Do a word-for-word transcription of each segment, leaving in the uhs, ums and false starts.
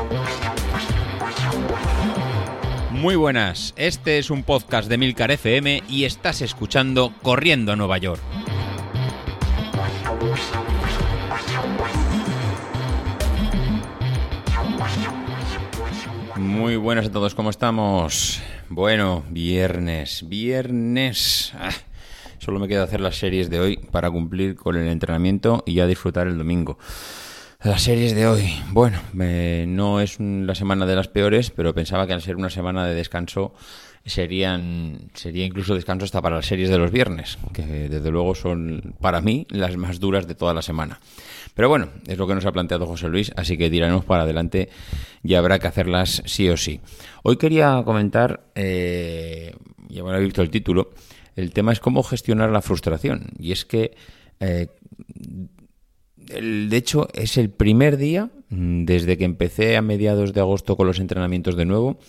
Muy buenas, este es un podcast de Emilcar F M y estás escuchando Corriendo a Nueva York. Muy buenas a todos, ¿cómo estamos? Bueno, viernes, viernes... Ah, solo me queda hacer las series de hoy para cumplir con el entrenamiento y ya disfrutar el domingo. Las series de hoy, bueno, eh, no es la semana de las peores, pero pensaba que al ser una semana de descanso serían sería incluso descanso hasta para las series de los viernes, que desde luego son para mí las más duras de toda la semana. Pero bueno, es lo que nos ha planteado José Luis, así que tiraremos para adelante y habrá que hacerlas sí o sí. Hoy quería comentar, eh, ya bueno, he visto el título, el tema es cómo gestionar la frustración, y es que... Eh, El, de hecho, es el primer día, desde que empecé a mediados de agosto con los entrenamientos de nuevo.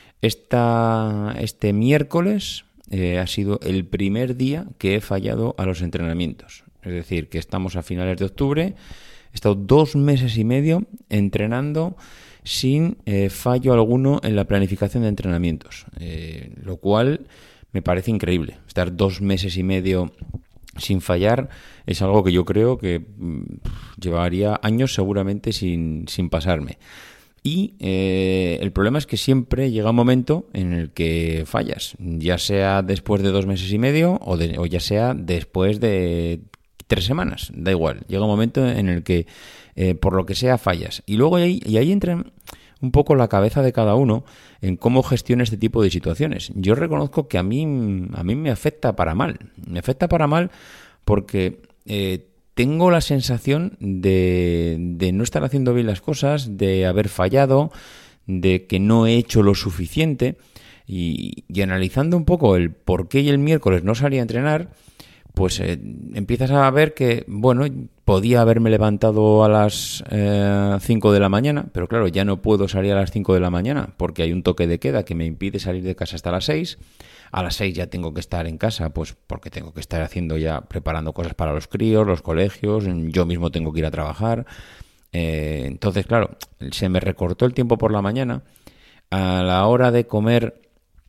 Esta, este miércoles eh, ha sido el primer día que he fallado a los entrenamientos. Es decir, que estamos a finales de octubre. He estado dos meses y medio entrenando sin eh, fallo alguno en la planificación de entrenamientos. Eh, lo cual me parece increíble. Estar dos meses y medio sin fallar es algo que yo creo que pff, llevaría años seguramente sin, sin pasarme. Y eh, el problema es que siempre llega un momento en el que fallas, ya sea después de dos meses y medio o, de, o ya sea después de tres semanas, da igual. Llega un momento en el que eh, por lo que sea fallas. Y luego ahí, y ahí entra un poco la cabeza de cada uno en cómo gestiona este tipo de situaciones. Yo reconozco que a mí, a mí me afecta para mal. Me afecta para mal porque eh, tengo la sensación de, de no estar haciendo bien las cosas, de haber fallado, de que no he hecho lo suficiente. Y, y analizando un poco el por qué el miércoles no salí a entrenar, pues eh, empiezas a ver que, bueno, podía haberme levantado a las eh, cinco de la mañana, pero claro, ya no puedo salir a las cinco de la mañana porque hay un toque de queda que me impide salir de casa hasta las seis. A las seis ya tengo que estar en casa, pues porque tengo que estar haciendo ya, preparando cosas para los críos, los colegios, yo mismo tengo que ir a trabajar. Eh, entonces, claro, se me recortó el tiempo por la mañana. A la hora de comer,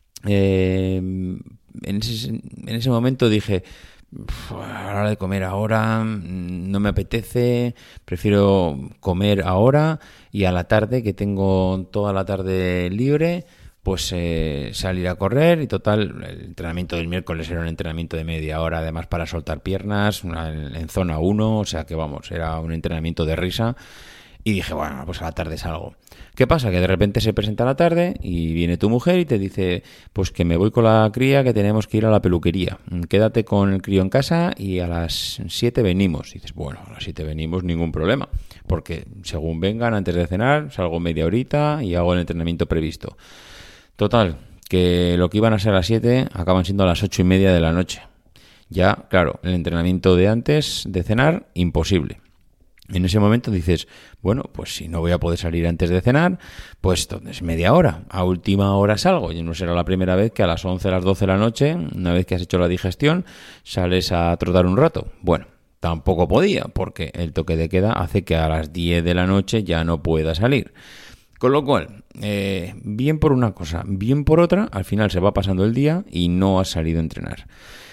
eh, en ese, en ese momento dije... A la hora de comer ahora no me apetece, prefiero comer ahora y a la tarde, que tengo toda la tarde libre, pues eh, salir a correr. Y total, el entrenamiento del miércoles era un entrenamiento de media hora, además para soltar piernas, una, en, en zona uno, o sea que vamos, era un entrenamiento de risa. Y dije, bueno, pues a la tarde salgo. ¿Qué pasa? Que de repente se presenta la tarde y viene tu mujer y te dice, pues que me voy con la cría, que tenemos que ir a la peluquería. Quédate con el crío en casa y a las siete venimos. Y dices, bueno, a las siete venimos, ningún problema. Porque según vengan, antes de cenar, salgo media horita y hago el entrenamiento previsto. Total, que lo que iban a ser a las siete acaban siendo a las ocho y media de la noche. Ya, claro, el entrenamiento de antes de cenar, imposible. En ese momento dices, bueno, pues si no voy a poder salir antes de cenar, pues entonces media hora, a última hora salgo. Y no será la primera vez que a las once, a las doce de la noche, una vez que has hecho la digestión, sales a trotar un rato. Bueno, tampoco podía, porque el toque de queda hace que a las diez de la noche ya no pueda salir. Con lo cual, eh, bien por una cosa, bien por otra, al final se va pasando el día y no has salido a entrenar.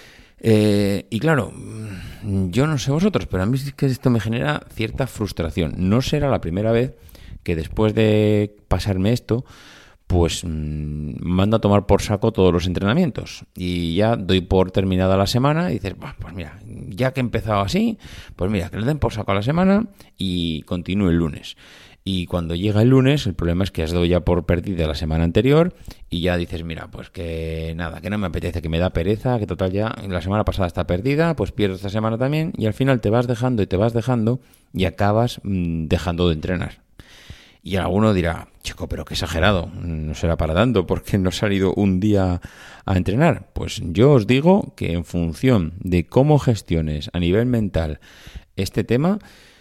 Eh, y claro, yo no sé vosotros, pero a mí es que esto me genera cierta frustración. No será la primera vez que después de pasarme esto, pues mmm, mando a tomar por saco todos los entrenamientos. Y ya doy por terminada la semana y dices, pues mira, ya que he empezado así, pues mira, que le den por saco a la semana y continúe el lunes. Y cuando llega el lunes, el problema es que has dado ya por perdida la semana anterior y ya dices, mira, pues que nada, que no me apetece, que me da pereza, que total ya la semana pasada está perdida, pues pierdo esta semana también y al final te vas dejando y te vas dejando y acabas mmm, dejando de entrenar. Y alguno dirá, chico, pero qué exagerado, no será para tanto, porque no he salido un día a entrenar. Pues yo os digo que en función de cómo gestiones a nivel mental este tema,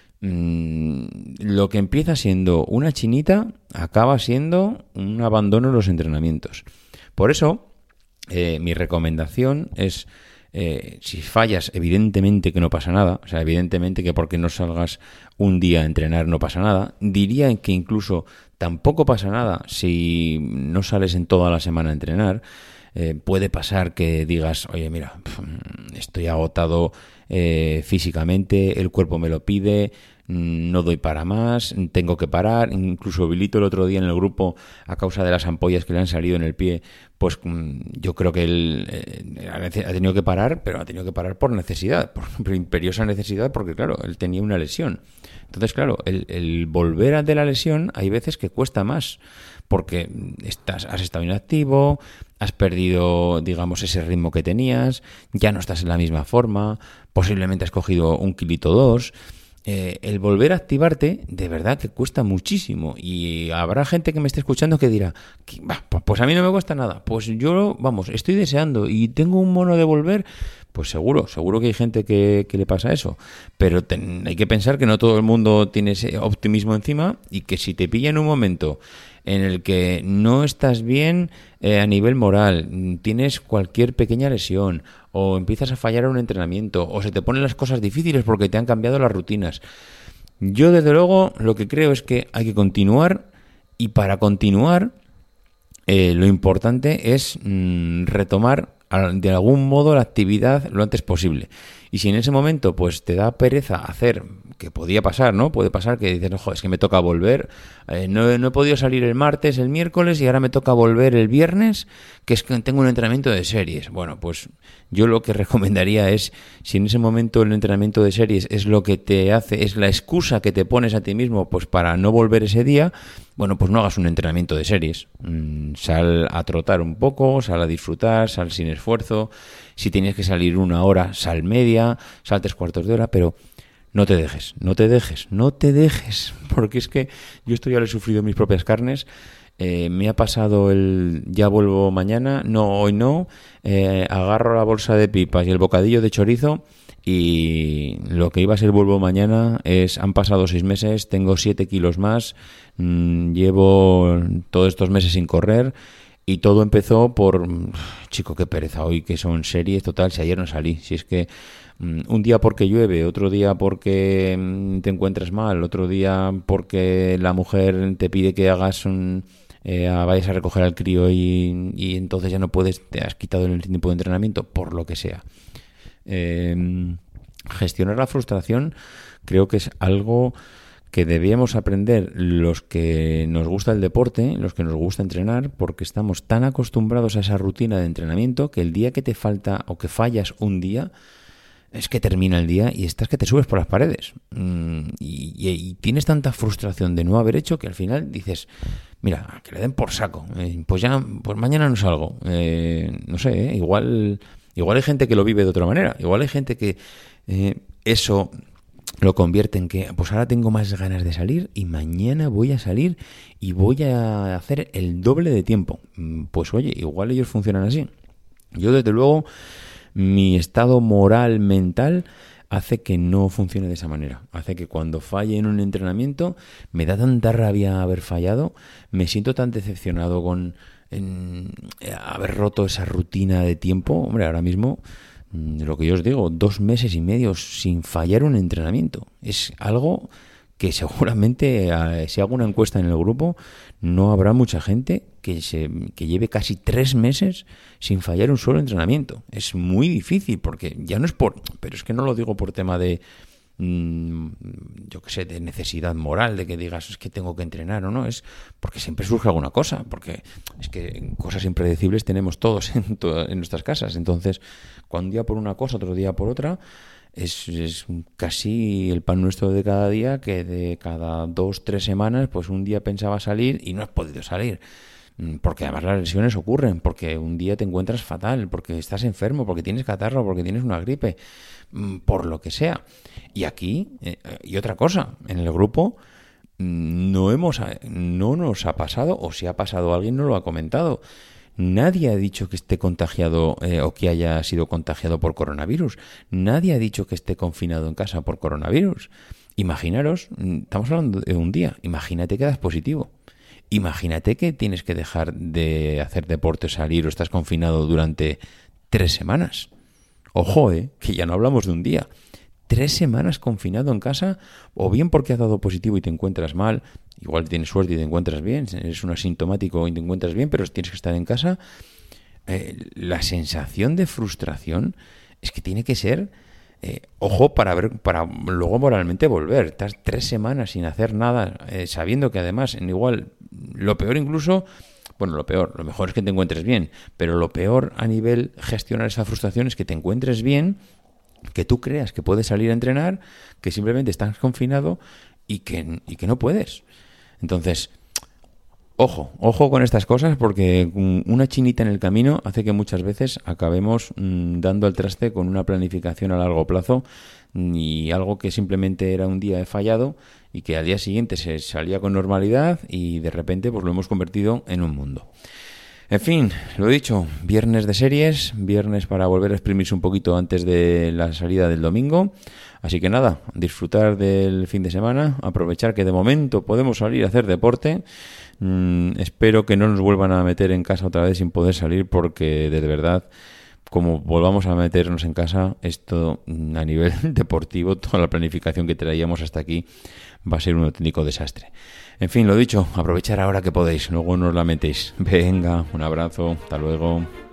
lo que empieza siendo una chinita acaba siendo un abandono en los entrenamientos. Por eso, eh, mi recomendación es Eh, si fallas, evidentemente que no pasa nada, o sea, evidentemente que porque no salgas un día a entrenar no pasa nada. Diría que incluso tampoco pasa nada si no sales en toda la semana a entrenar. Eh, puede pasar que digas, oye, mira, estoy agotado eh, físicamente, el cuerpo me lo pide, no doy para más, tengo que parar. Incluso Bilito el otro día en el grupo, a causa de las ampollas que le han salido en el pie, pues yo creo que él eh, ha tenido que parar, pero ha tenido que parar por necesidad, por imperiosa necesidad, porque claro, él tenía una lesión. Entonces, claro, el, el volver a de la lesión hay veces que cuesta más, porque estás, has estado inactivo, has perdido, digamos, ese ritmo que tenías, ya no estás en la misma forma, posiblemente has cogido un kilito dos. Eh, el volver a activarte, de verdad que cuesta muchísimo, y habrá gente que me esté escuchando que dirá, pues a mí no me cuesta nada, pues yo, vamos, estoy deseando y tengo un mono de volver. Pues seguro, seguro que hay gente que, que le pasa eso, pero ten, hay que pensar que no todo el mundo tiene ese optimismo encima, y que si te pilla en un momento en el que no estás bien eh, a nivel moral, tienes cualquier pequeña lesión, o empiezas a fallar en un entrenamiento, o se te ponen las cosas difíciles porque te han cambiado las rutinas, yo desde luego lo que creo es que hay que continuar, y para continuar eh, lo importante es mmm, retomar de algún modo la actividad lo antes posible. Y si en ese momento pues te da pereza hacer, que podía pasar, ¿no? Puede pasar que dices, ojo, es que me toca volver, eh, no, no he podido salir el martes, el miércoles, y ahora me toca volver el viernes, que es que tengo un entrenamiento de series. Bueno, pues yo lo que recomendaría es, si en ese momento el entrenamiento de series es lo que te hace, es la excusa que te pones a ti mismo pues para no volver ese día, bueno, pues no hagas un entrenamiento de series. Mm, sal a trotar un poco, sal a disfrutar, sal sin esfuerzo. Si tienes que salir una hora, sal media, sal tres cuartos de hora, pero no te dejes, no te dejes, no te dejes, porque es que yo esto ya lo he sufrido en mis propias carnes. Eh, me ha pasado el ya vuelvo mañana, no, hoy no, eh, agarro la bolsa de pipas y el bocadillo de chorizo, y lo que iba a ser vuelvo mañana es, han pasado seis meses, tengo siete kilos más, mmm, llevo todos estos meses sin correr, y todo empezó por, chico, qué pereza hoy, que son series, total, si ayer no salí, si es que um, un día porque llueve, otro día porque um, te encuentras mal, otro día porque la mujer te pide que hagas un... Eh, vayas a recoger al crío y, y entonces ya no puedes, te has quitado el tiempo de entrenamiento, por lo que sea. Eh, gestionar la frustración creo que es algo que debíamos aprender los que nos gusta el deporte, los que nos gusta entrenar, porque estamos tan acostumbrados a esa rutina de entrenamiento que el día que te falta o que fallas un día, es que termina el día y estás que te subes por las paredes. Mm, y, y, y tienes tanta frustración de no haber hecho que al final dices, mira, que le den por saco. Eh, pues ya, pues mañana no salgo. Eh, no sé, eh, igual, igual hay gente que lo vive de otra manera. Igual hay gente que eh, eso lo convierte en que, pues ahora tengo más ganas de salir y mañana voy a salir y voy a hacer el doble de tiempo. Pues oye, igual ellos funcionan así. Yo desde luego, mi estado moral, mental, hace que no funcione de esa manera. Hace que cuando falle en un entrenamiento me da tanta rabia haber fallado, me siento tan decepcionado con en, haber roto esa rutina de tiempo. Hombre, ahora mismo, lo que yo os digo, dos meses y medio sin fallar un entrenamiento. Es algo que seguramente, si hago una encuesta en el grupo, no habrá mucha gente que se que lleve casi tres meses sin fallar un solo entrenamiento. Es muy difícil, porque ya no es por... Pero es que no lo digo por tema de... Mmm, yo qué sé, de necesidad moral, de que digas, es que tengo que entrenar o no. Es porque siempre surge alguna cosa, porque es que cosas impredecibles tenemos todos en, to- en nuestras casas. Entonces, cuando un día por una cosa, otro día por otra... Es, es casi el pan nuestro de cada día, que de cada dos, tres semanas, pues un día pensaba salir y no has podido salir. Porque además las lesiones ocurren, porque un día te encuentras fatal, porque estás enfermo, porque tienes catarro, porque tienes una gripe, por lo que sea. Y aquí, eh, y otra cosa, en el grupo no hemos, no nos ha pasado, o si ha pasado alguien no lo ha comentado. Nadie ha dicho que esté contagiado eh, o que haya sido contagiado por coronavirus. Nadie ha dicho que esté confinado en casa por coronavirus. Imaginaros, estamos hablando de un día, imagínate que das positivo. Imagínate que tienes que dejar de hacer deporte, salir, o estás confinado durante tres semanas. Ojo, eh, que ya no hablamos de un día. Tres semanas confinado en casa, o bien porque has dado positivo y te encuentras mal, igual tienes suerte y te encuentras bien, eres un asintomático y te encuentras bien, pero tienes que estar en casa. Eh, la sensación de frustración es que tiene que ser, eh, ojo, para ver, para luego moralmente volver. Estás tres semanas sin hacer nada, eh, sabiendo que además, en igual, lo peor incluso, bueno, lo peor, lo mejor es que te encuentres bien, pero lo peor a nivel gestionar esa frustración es que te encuentres bien, que tú creas que puedes salir a entrenar, que simplemente estás confinado y que, y que no puedes. Entonces, ojo, ojo con estas cosas, porque una chinita en el camino hace que muchas veces acabemos mmm, dando al traste con una planificación a largo plazo y algo que simplemente era un día he fallado y que al día siguiente se salía con normalidad y de repente pues lo hemos convertido en un mundo. En fin, lo he dicho, viernes de series, viernes para volver a exprimirse un poquito antes de la salida del domingo. Así que nada, disfrutar del fin de semana, aprovechar que de momento podemos salir a hacer deporte. Mm, espero que no nos vuelvan a meter en casa otra vez sin poder salir, porque de verdad, como volvamos a meternos en casa, esto a nivel deportivo, toda la planificación que traíamos hasta aquí va a ser un auténtico desastre. En fin, lo dicho, aprovechar ahora que podéis, luego no os lamentéis. Venga, un abrazo, hasta luego.